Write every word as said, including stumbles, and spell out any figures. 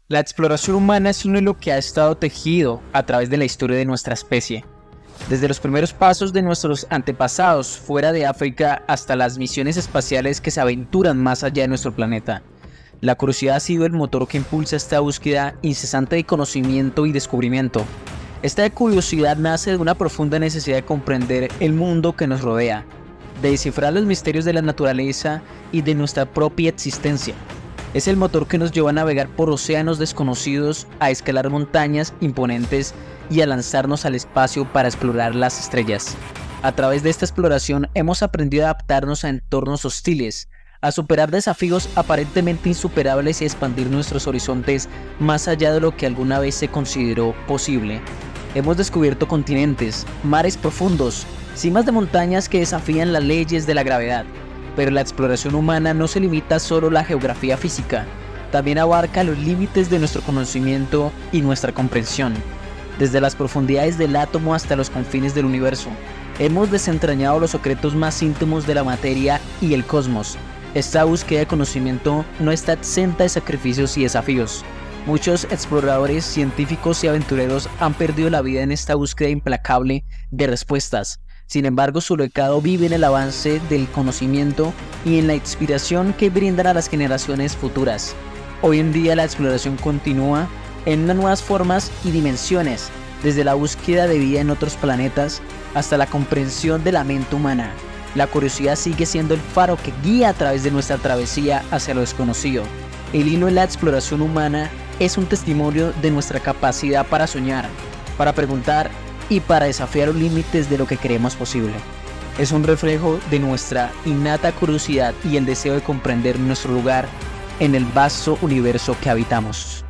La exploración humana es un hilo que ha estado tejido a través de la historia de nuestra especie. Desde los primeros pasos de nuestros antepasados fuera de África hasta las misiones espaciales que se aventuran más allá de nuestro planeta. La curiosidad ha sido el motor que impulsa esta búsqueda incesante de conocimiento y descubrimiento. Esta curiosidad nace de una profunda necesidad de comprender el mundo que nos rodea, de descifrar los misterios de la naturaleza y de nuestra propia existencia. Es el motor que nos lleva a navegar por océanos desconocidos, a escalar montañas imponentes y a lanzarnos al espacio para explorar las estrellas. A través de esta exploración hemos aprendido a adaptarnos a entornos hostiles, a superar desafíos aparentemente insuperables y a expandir nuestros horizontes más allá de lo que alguna vez se consideró posible. Hemos descubierto continentes, mares profundos, cimas de montañas que desafían las leyes de la gravedad. Pero la exploración humana no se limita solo a la geografía física, también abarca los límites de nuestro conocimiento y nuestra comprensión. Desde las profundidades del átomo hasta los confines del universo, hemos desentrañado los secretos más íntimos de la materia y el cosmos. Esta búsqueda de conocimiento no está exenta de sacrificios y desafíos. Muchos exploradores, científicos y aventureros han perdido la vida en esta búsqueda implacable de respuestas. Sin embargo, su legado vive en el avance del conocimiento y en la inspiración que brindan a las generaciones futuras. Hoy en día la exploración continúa en nuevas formas y dimensiones, desde la búsqueda de vida en otros planetas hasta la comprensión de la mente humana. La curiosidad sigue siendo el faro que guía a través de nuestra travesía hacia lo desconocido. El hilo en la exploración humana es un testimonio de nuestra capacidad para soñar, para preguntar y para desafiar los límites de lo que creemos posible. Es un reflejo de nuestra innata curiosidad y el deseo de comprender nuestro lugar en el vasto universo que habitamos.